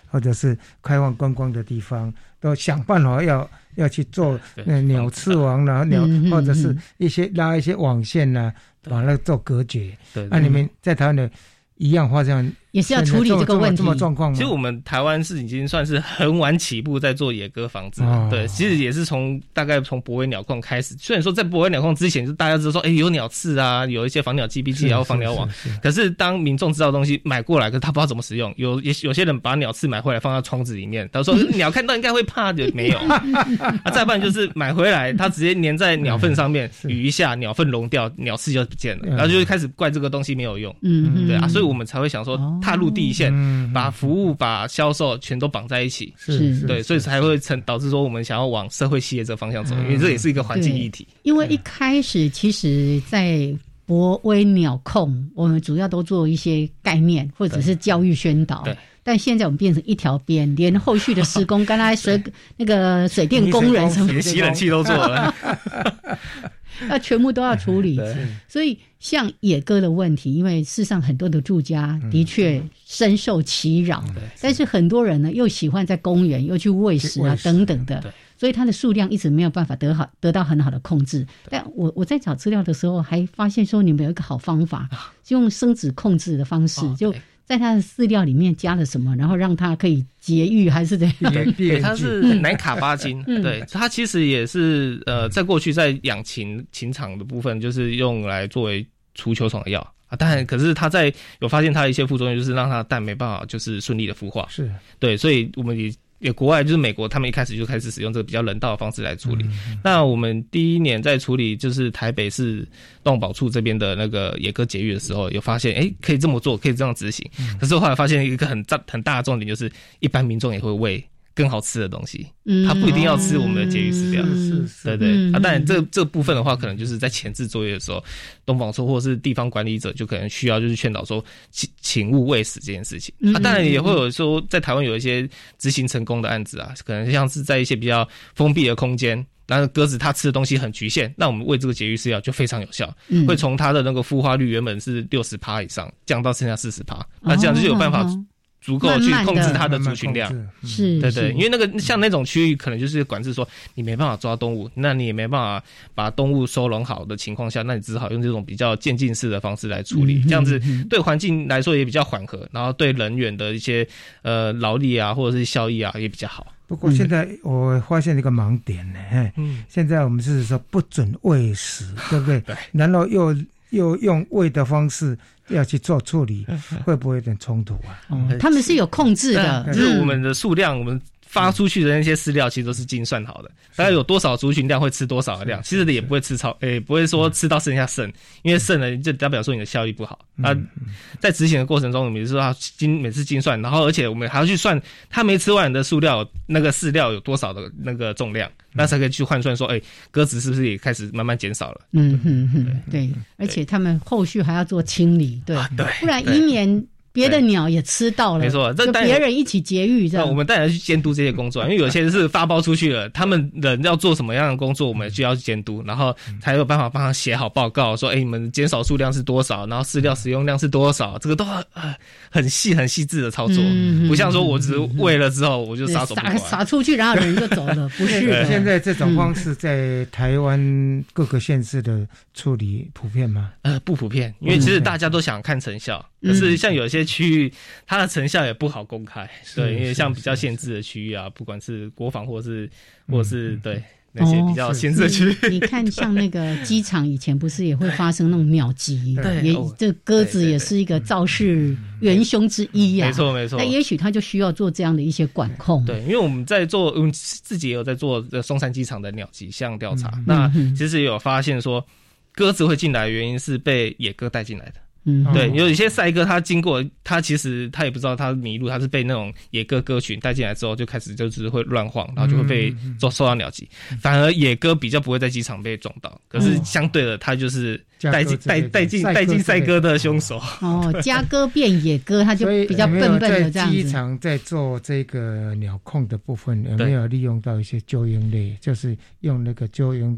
或者是开放观光的地方，都想办法要去做鸟刺网啦，或者是拉一些网线啦，把它做隔绝。那你们在台湾的一样发现也是要处理这个问题。 这么状况吗？ 其实我们台湾是已经算是很晚起步在做野鸽防治对，其实也是大概从柏威鸟矿开始。虽然说在柏威鸟矿之前，就大家知道说，有鸟刺啊，有一些防鸟击毙剂，然后防鸟网。可是当民众知道东西买过来，可是他不知道怎么使用。有些人把鸟刺买回来放在窗子里面，他说鸟看到应该会怕的，没有。再不然就是买回来，他直接粘在鸟粪上面，雨一下，鸟粪溶掉，鸟刺就不见了，然后就开始怪这个东西没有用。对啊，所以我们才会想说踏入第一线，把服务、把销售全都绑在一起，对，所以才会导致说我们想要往社会企业这个方向走，因为这也是一个环境议题。 因为一开始其实在柏威鸟控，我们主要都做一些概念或者是教育宣导，但现在我们变成一条边，连后续的施工，刚才那个水电工人什么连吸冷气都做了。 全部都要处理，所以像野鸽的问题，因为事实上很多的住家的确深受其扰，但是很多人呢又喜欢在公园又去喂食啊等等的，所以它的数量一直没有办法得到很好的控制。但我在找资料的时候还发现说，你们有一个好方法，是用生质控制的方式，就在它的饲料里面加了什么，然后让它可以节育还是怎样？ 对，它是奶卡巴金，对，它其实也是在过去在养禽场的部分，就是用来作为除球虫的药啊。当然，可是它有发现它的一些副作用，就是让它的蛋没办法就是顺利的孵化。是，对，所以我们也国外就是美国，他们一开始就开始使用这个比较人道的方式来处理。那我们第一年在处理就是台北市动物保处这边的那个野鸽节育的时候，有发现可以这么做，可以这样执行。可是后来发现一个很大的重点，就是一般民众也会喂更好吃的东西，他不一定要吃我们的节育饲料，对。当然这部分的话，可能就是在前置作业的时候，动物保处或是地方管理者就可能需要就是劝导说，请勿喂食这件事情。当然也会有说，在台湾有一些执行成功的案子啊，可能像是在一些比较封闭的空间。那鸽子它吃的东西很局限，那我们喂这个节育饲料就非常有效，会从它的那个孵化率原本是60%以上降到剩下40%，那这样就有办法足够去控制它的族群量， 是， 对，因为那个像那种区域，可能就是管制说你没办法抓动物，那你也没办法把动物收容好的情况下，那你只好用这种比较渐进式的方式来处理，这样子对环境来说也比较缓和，然后对人员的一些劳力啊或者是效益啊也比较好。 不过现在我发现一个盲点呢，现在我们是说不准喂食，对不对？对，然后又用喂的方式要去做处理，会不会有点冲突啊？ 他们是有控制的， 就是我们的数量，我们发出去的那些饲料其实都是精算好的，大概有多少族群量会吃多少的量，其实也不会吃不会说吃到剩下剩，因为剩了就代表说你的效益不好。在执行的过程中，我们就是要每次精算，然后而且我们还要去算他没吃完的饲料有多少的那个重量，那才可以去换算说，鸽子是不是也开始慢慢减少了？ 对，而且他们后续还要做清理，对，不然以免别的鸟也吃到了，没错，就别人一起节育这样。 我们当然去监督这些工作，因为有些是发包出去了，他们人要做什么样的工作，我们需要去监督，然后才有办法帮他写好报告，说你们减少数量是多少，然后饲料使用量是多少，这个都很细致的操作，不像说我只是喂了之后我就撒手不管， 撒出去然后人就走了，不是的。 现在这种方式在台湾各个县市的处理普遍吗？ 不普遍，因为其实大家都想看成效，可是像有些区域它的成效也不好公开，对，因为像比较限制的区域啊，不管是国防或是对那些比较限制的区域， 你看像那个机场以前不是也会发生那种鸟击，也这鸽子也是一个肇事元凶之一啊， 没错。 那也许他就需要做这样的一些管控， 对，因为我们自己也有在做松山机场的鸟击项调查，那其实也有发现说，鸽子会进来的原因是被野鸽带进来的。对，有一些赛鸽，它经过，它其实它也不知道它迷路，它是被那种野鸽群带进来之后，就开始就是会乱晃，然后就会被受到鸟击。反而野鸽比较不会在机场被撞到，可是相对的，它就是带进赛鸽的凶手。 家鸽变野鸽，它就比较笨笨的这样子。 在机场在做这个鸟控的部分，有没有利用到一些鸠鹰类？就是用那个鸠鹰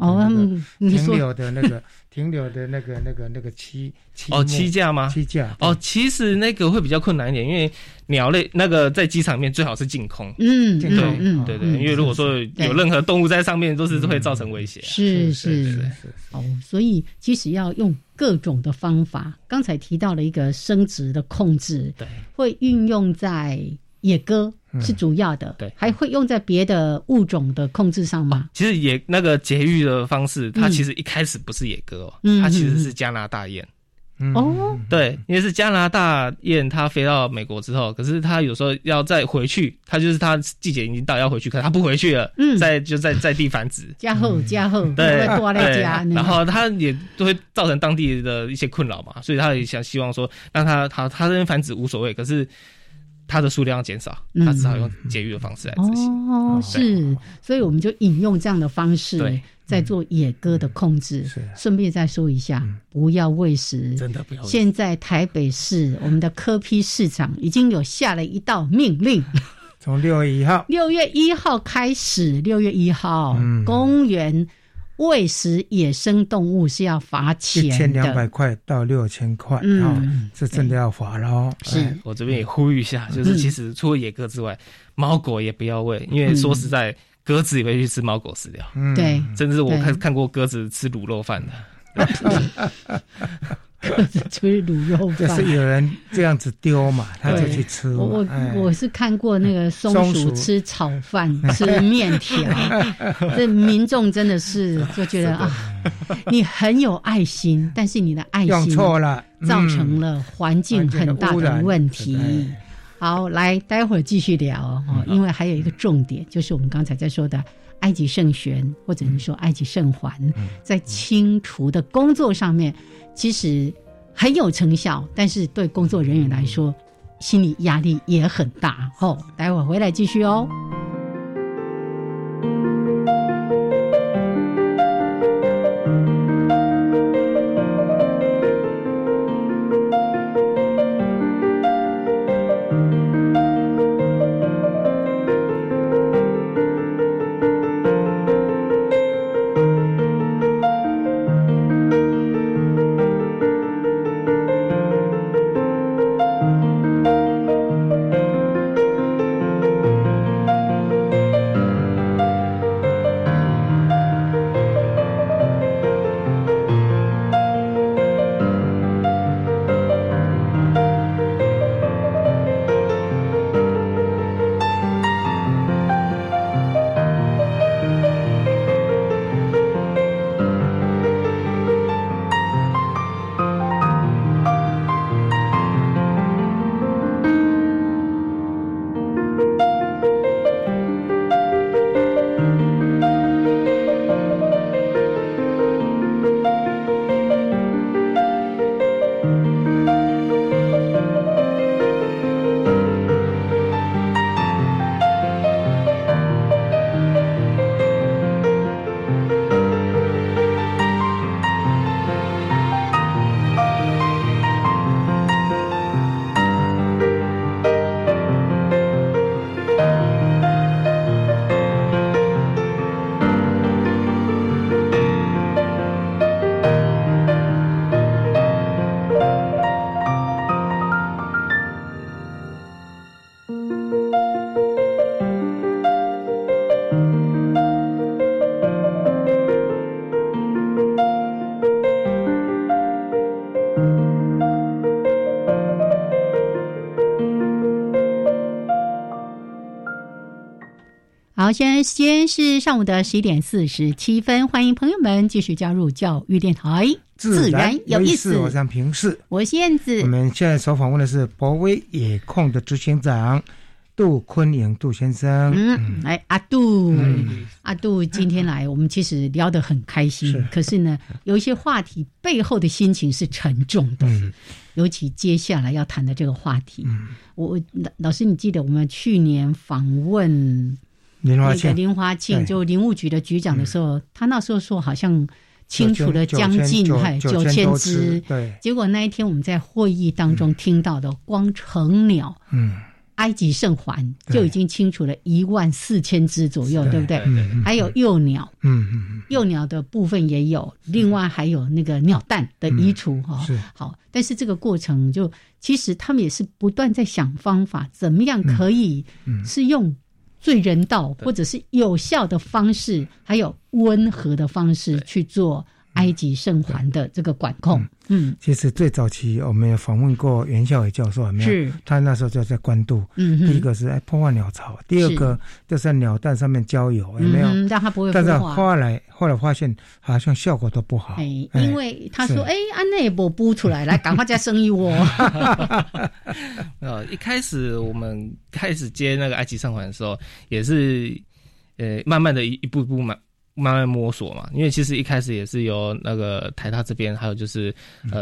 停留的那个栖架吗？栖架其实那个会比较困难一点，因为鸟类那个在机场里面最好是净空。对，因为如果说有任何动物在上面，都是会造成威胁。 是。所以其实要用各种的方法。刚才提到了一个生殖的控制，对，会运用在野鸽是主要的，对，还会用在别的物种的控制上吗？ 其实那个节育的方式，它其实一开始不是野鸽它其实是加拿大雁。对，因为是加拿大雁，它飞到美国之后，可是它有时候要再回去，它就是它季节已经到要回去，可是它不回去了，在地繁殖， 加厚， 对， 然后它也都会造成当地的一些困扰嘛，所以他也希望说让它这边繁殖无所谓，可是它的数量要减少，它只好用节育的方式来执行。 是，所以我们就引用这样的方式。在做野鸽的控制，顺便再说一下，不要喂食。真的不要喂食。现在台北市我们的柯 P 市长已经有下了一道命令， 从6月1号开始，6月1号，公园喂食野生动物是要罚钱的 ，1200块到6000块，这真的要罚了。 是，我这边也呼吁一下，就是其实除了野鸽之外，猫狗也不要喂，因为说实在。鸽子也会去吃猫狗饲料， 对， 甚至我看过鸽子吃卤肉饭的。 鸽子吃卤肉饭， 就是有人这样子丢嘛，他就去吃。 我是看过那个松鼠吃炒饭、吃面条，这民众真的是就觉得你很有爱心，但是你的爱心用错了， 造成了环境很大的问题。好，来，待会儿继续聊因为还有一个重点，就是我们刚才在说的埃及圣玄，或者你说埃及圣环，在清除的工作上面，其实很有成效，但是对工作人员来说，心理压力也很大。待会儿回来继续哦。好，现在时间是上午的11点47分，欢迎朋友们继续加入教育电台，自然有意思。 我是平视， 我是燕子。 我们现在所访问的是博威野控的执行长杜坤颖杜先生。 阿杜今天来，我们其实聊得很开心，可是呢，有一些话题背后的心情是沉重的，尤其接下来要谈的这个话题。我老师，你记得我们去年访问林华庆就林务局的局长的时候，他那时候说好像清除了将近9000只，对，结果那一天我们在会议当中听到的光成鸟， 埃及圣环就已经清除了14000只左右，对不对？还有幼鸟，幼鸟的部分也有，另外还有那个鸟蛋的移除哈。好，但是这个过程就其实他们也是不断在想方法，怎么样可以是用最人道或者是有效的方式，还有温和的方式去做埃及圣环的这个管控。 其实最早期我们有访问过袁孝伟教授，有没有？是，他那时候就在关渡。第一个是破坏鸟巢，第二个就是在鸟蛋上面浇油，有没有？ 让它不会孵化。 但是后来发现好像效果都不好。 因为他说，安内波孵出来，来赶快再生一窝。 一开始我们开始接那个埃及圣环的时候，也是慢慢的一步一步慢慢摸索嘛，因为其实一开始也是由那个台大这边，还有就是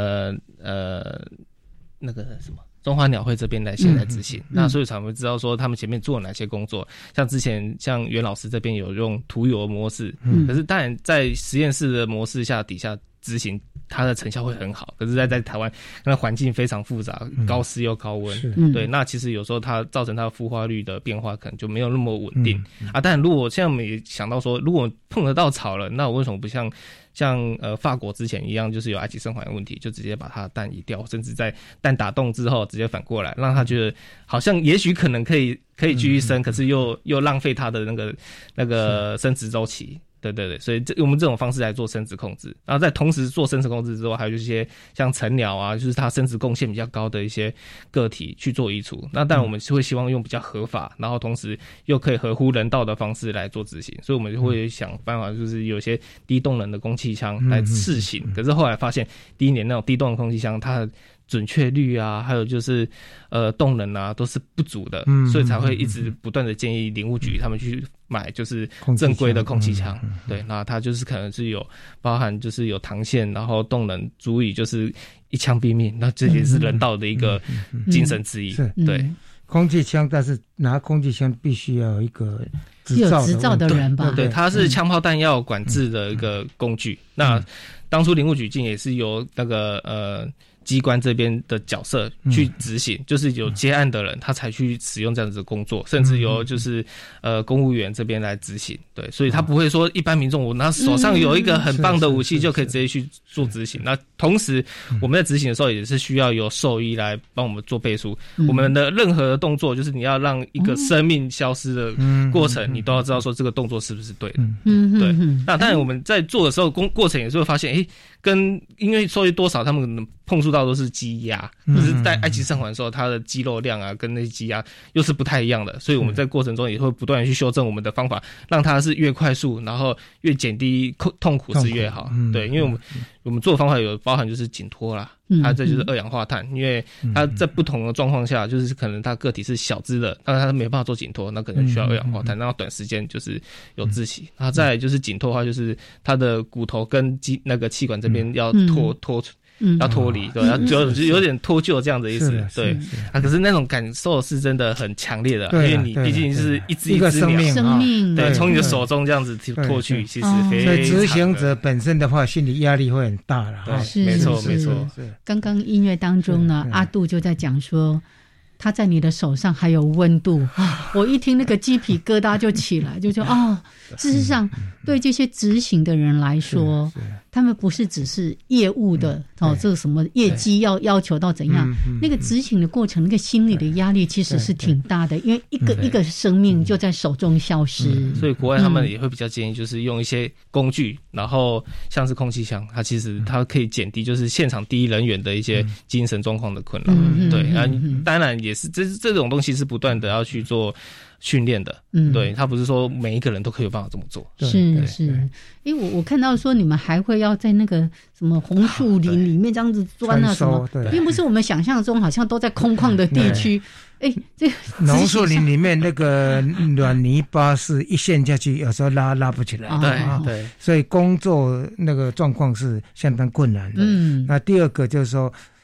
那个什么中华鸟会这边先来执行，那所以才会知道说他们前面做了哪些工作。像之前像袁老师这边有用涂油模式，可是当然在实验室的模式底下执行，它的成效会很好。可是在台湾，那环境非常复杂，高湿又高温，对，那其实有时候它造成它的孵化率的变化可能就没有那么稳定啊。但如果现在我们也想到说，如果碰得到草了，那我为什么不像法国之前一样，就是有埃及圣环的问题，就直接把它的蛋移掉，甚至在蛋打洞之后直接反过来，让它觉得好像也许可能可以继续生，可是又浪费它的那个生殖周期。对，所以我们这种方式来做生殖控制，然后在同时做生殖控制之后，还有一些像成鸟啊，就是它生殖贡献比较高的一些个体去做移除。那当然我们是会希望用比较合法，然后同时又可以合乎人道的方式来做执行，所以我们就会想办法，就是有些低动能的空气枪来试行。可是后来发现，第一年那种低动能空气枪，它的准确率啊，还有就是动能啊，都是不足的，所以才会一直不断的建议林务局他们去买就是正规的空气枪。对，那它就是可能是有包含就是有膛线，然后动能足以就是一枪毙命，那这也是人道的一个精神之一。对， 空气枪，但是拿空气枪必须要有一个有执照的人吧？ 对，它是枪炮弹药管制的一个工具。那当初林务局也是由那个机关这边的角色去执行，就是有接案的人他才去使用这样子的工作，甚至由就是公务员这边来执行。对，所以他不会说一般民众我拿手上有一个很棒的武器就可以直接去做执行。那同时我们在执行的时候也是需要由兽医来帮我们做背书。我们的任何的动作，就是你要让一个生命消失的过程，你都要知道说这个动作是不是对的。对。那当然我们在做的时候过程也是会发现，因为兽医多少他们可能碰触到都是鸡鸭，可是在埃及圣环的时候，它的肌肉量啊跟那些鸡鸭又是不太一样的，所以我们在过程中也会不断的去修正我们的方法，让它是越快速，然后越减低痛苦是越好。对，因为我们做的方法有包含就是紧拖啦，它这就是二氧化碳，因为它在不同的状况下，就是可能它个体是小只的，但它没办法做紧拖，那可能需要二氧化碳，然后短时间就是有窒息。然后再来就是紧拖的话，就是它的骨头跟那个气管这边要要脱离，对，就有点脱臼这样的意思，对啊。可是那种感受是真的很强烈的，因为你毕竟是一只生命， 对，从你的手中这样子脱去，其实非常。 所以执行者本身的话，心理压力会很大了。 对，没错。 刚刚音乐当中呢，阿杜就在讲说，他在你的手上还有温度啊！我一听那个鸡皮疙瘩就起来，就说事实上对这些执行的人来说，他们不是只是业务的这个什么业绩要求到怎样，那个执行的过程，那个心理的压力其实是挺大的，因为一个生命就在手中消失。 所以国外他们也会比较建议，就是用一些工具，然后像是空气枪，它其实它可以减低就是现场第一人员的一些精神状况的困扰。对，当然也是这种东西是不断的要去做训练的。对，他不是说每一个人都可以有办法这么做。 是。我看到说你们还会要在那个什么红树林里面这样子钻啊什么，并不是我们想象中好像都在空旷的地区。这榕树林里面那个软泥巴是一陷下去，有时候拉不起来。 对， 所以工作那个状况是相当困难的。那第二个就是说，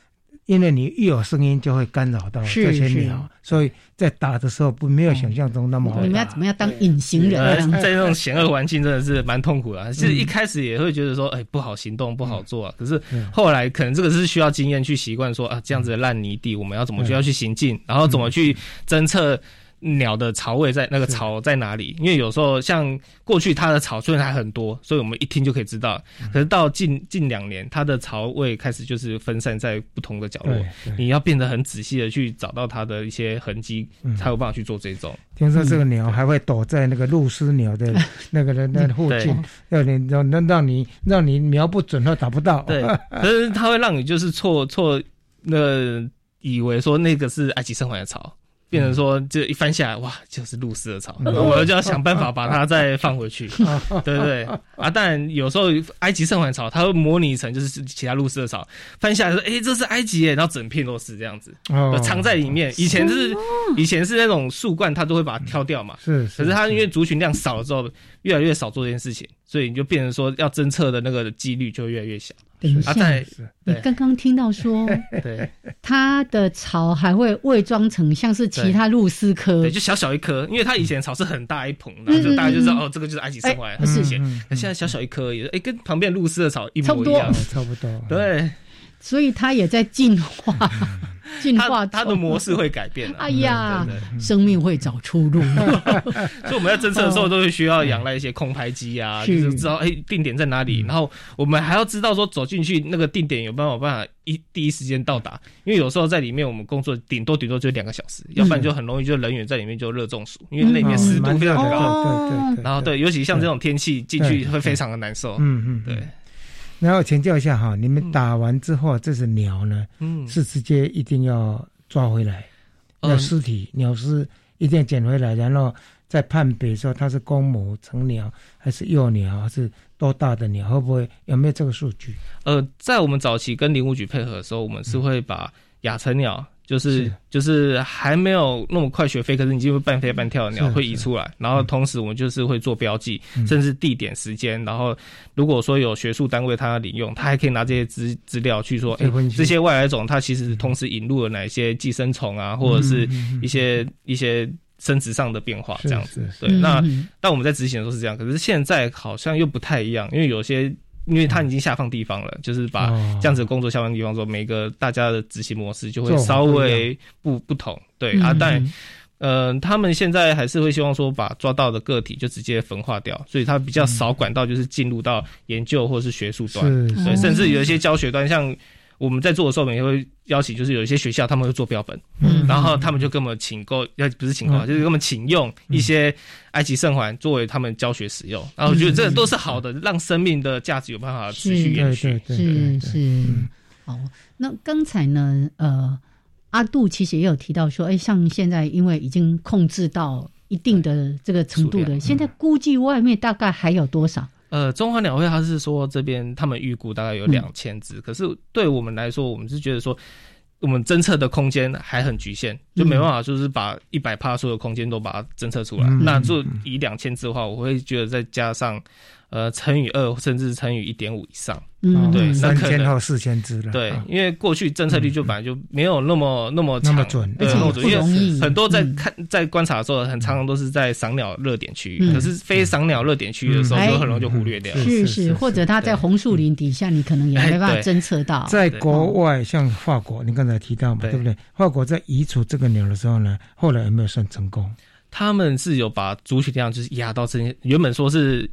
因为你一有声音就会干扰到这些鸟，所以在打的时候没有想象中那么好打。 你们要怎么样当隐形人？ 在那种险恶环境真的是蛮痛苦的。其实一开始也会觉得说，不好行动，不好做啊。可是后来可能这个是需要经验去习惯说这样子的烂泥地，我们要怎么就要去行进，然后怎么去侦测鸟的巢位在那个巢在哪里？因为有时候像过去它的巢虽然还很多，所以我们一听就可以知道。可是到近2年，它的巢位开始就是分散在不同的角落，你要变得很仔细的去找到它的一些痕迹，才有办法去做这种。 听说这个鸟还会躲在那个鹭鸶鸟的那个附近，让你瞄不准或打不到。 对，可是它会让你就是错以为说那个是埃及圣环的巢。变成说，就一翻下来，哇，就是鹭鸶的巢，我就要想办法把它再放回去，对不对？啊，当然有时候埃及圣环巢，它会模拟成就是其他鹭鸶的巢，翻下来说，这是埃及耶，然后整片都是这样子，藏在里面。以前是那种树冠，它都会把它挑掉嘛， 是。 可是它因为族群量少了之后，越来越少做这件事情，所以你就变成说要侦测的那个几率就越来越小。 等一下，你刚刚听到说， 对， 它的巢还会伪装成像是其他鹭鸶科， 对，就小小一颗，因为它以前巢是很大一棚，然后就大家就知道这个就是埃及圣环很明显。现在小小一颗而已，跟旁边鹭鸶的巢一模一样， 差不多。 对， 所以它也在进化。 它的模式会改变哎呀，生命会找出路。 所以我们在侦测的时候都会需要仰赖一些空拍机啊，就是知道定点在哪里，然后我们还要知道说走进去那个定点有办法第一时间到达，因为有时候在里面我们工作顶多就2个小时，要不然就很容易就人员在里面就热中暑，因为那里面湿度非常高，对，然后尤其像这种天气进去会非常的难受，对。 然后请教一下哈，你们打完之后，这只鸟呢，是直接一定要抓回来，要尸体鸟尸一定要捡回来，然后再判别说它是公母成鸟还是幼鸟还是多大的鸟，会不会有没有这个数据？ 在我们早期跟林务局配合的时候，我们是会把亚成鸟。就是还没有那么快学飞，可是你就会半飞半跳的鸟会移出来，然后同时我们就是会做标记，甚至地点时间，然后如果说有学术单位它要领用，它还可以拿这些资料去说，这些外来种它其实同时引入了哪些寄生虫啊，或者是一些生殖上的变化这样子。对，那但我们在执行的时候是这样，可是现在好像又不太一样，因为它已经下放地方了，就是把这样子的工作下放地方之后，每个大家的执行模式就会稍微不同。对但他们现在还是会希望说把抓到的个体就直接焚化掉，所以它比较少管道就是进入到研究或是学术端，对，甚至有一些教学端，像我们在做的时候，我们也会邀请，就是有一些学校他们会做标本，然后他们就跟我们不是请购，就是跟我们请用一些埃及圣环作为他们教学使用。然后我觉得这都是好的，让生命的价值有办法持续延续。 是。好，那刚才呢，阿杜其实也有提到说，像现在因为已经控制到一定的这个程度了，现在估计外面大概还有多少？ 中华鸟会他是说这边他们预估大概有2000只，可是对我们来说，我们是觉得说我们侦测的空间还很局限，就没办法就是把100%所有空间都把它侦测出来。那就以2000只的话，我会觉得再加上乘以2，甚至乘以1.5以上。对 ，3000或4000只了。 对，因为过去侦测率就本来就没有那么准， 对，那么准，因为很多在观察的时候，很常常都是在赏鸟热点区域，可是非赏鸟热点区域的时候，就很容易就忽略掉。 是，或者它在红树林底下，你可能也没办法侦测到。 在国外，像法国，你刚才提到嘛，对不对？法国在移除这个鸟的时候呢，后来有没有算成功？ 他们是有把族群量就是压到原本说是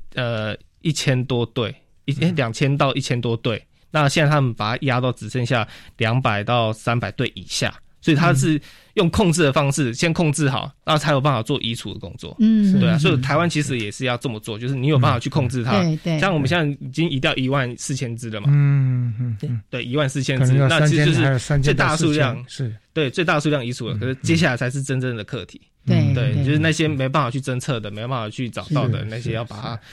1000多对。2000到1000多对，那现在他们把它压到只剩下200到300对以下，所以他是用控制的方式先控制好，然后才有办法做移除的工作。对啊，所以台湾其实也是要这么做，就是你有办法去控制它。 对， 像我们现在已经移掉14000只了嘛。对，14000只，那其实就是最大数量， 是对最大数量移除了，可是接下来才是真正的课题。 对， 就是那些没办法去侦测的、没办法去找到的那些，要把它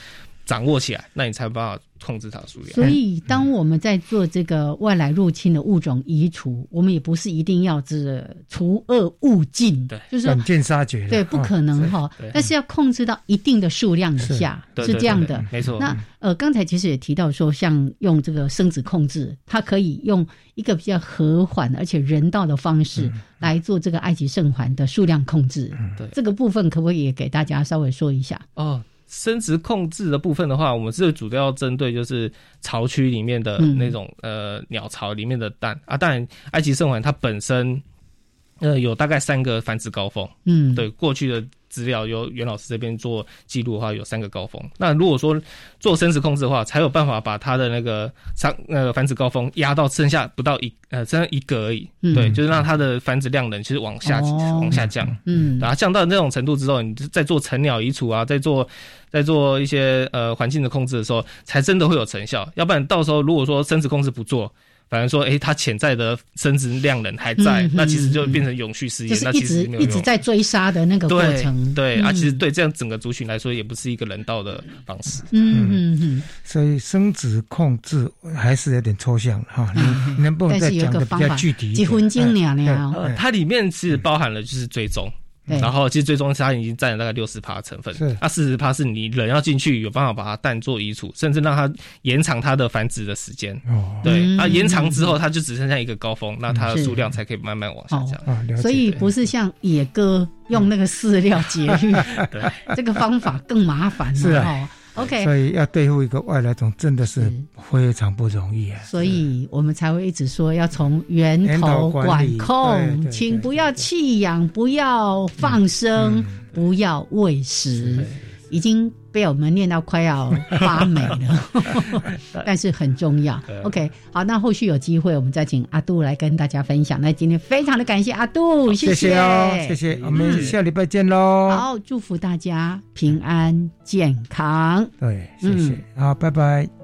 掌握起来，那你才有办法控制它的数量。 所以当我们在做这个外来入侵的物种移除，我们也不是一定要除恶务尽， 对， 就是赶尽杀绝， 对，不可能哈，但是要控制到一定的数量以下，是这样的， 没错。 那刚才其实也提到说，像用这个生殖控制，它可以用一个比较和缓而且人道的方式来做这个埃及圣环的数量控制。 对， 这个部分可不可以也给大家稍微说一下？ 生殖控制的部分的话，我们是主要针对就是巢区里面的那种鸟巢里面的蛋啊。当然，埃及圣环它本身有大概3个繁殖高峰。对，过去的资料由袁老师这边做记录的话，有3个高峰。那如果说做生殖控制的话，才有办法把它的那个繁殖高峰压到剩下不到剩下1个而已。对，就是让它的繁殖量能其实往下降。然后降到那种程度之后，你再做成鸟移除啊，再做一些环境的控制的时候，才真的会有成效。要不然到时候如果说生殖控制不做，反正说，它潜在的生殖量能还在，那其实就变成永续事业， 就是那其实没有用， 一直在追杀的那个过程。 对，其实对这样整个族群来说，也不是一个人道的方式。 所以生殖控制还是有点抽象哈，你能不能再讲的比较具体一点？ 几分钟它里面其实包含了就是追踪。然后其实最终它已经占了大概 60% 的成分，40% 是你人要进去有办法把它蛋做移除，甚至让它延长它的繁殖的时间。对，延长之后它就只剩下一个高峰，那它的数量才可以慢慢往下降。 所以不是像野鸽用那个饲料节育，对，这个方法更麻烦了。是啊。OK， 所以要对付一个外来种真的是非常不容易啊！ 所以我们才会一直说要从源头管控，请不要弃养，不要放生，不要喂食，已经被我们念到快要发霉了，但是很重要。OK， 好，那后续有机会我们再请阿杜来跟大家分享。那今天非常的感谢阿杜，谢谢哦，谢谢，我们下礼拜见喽。 好，祝福大家平安健康。 对，谢谢，好，拜拜。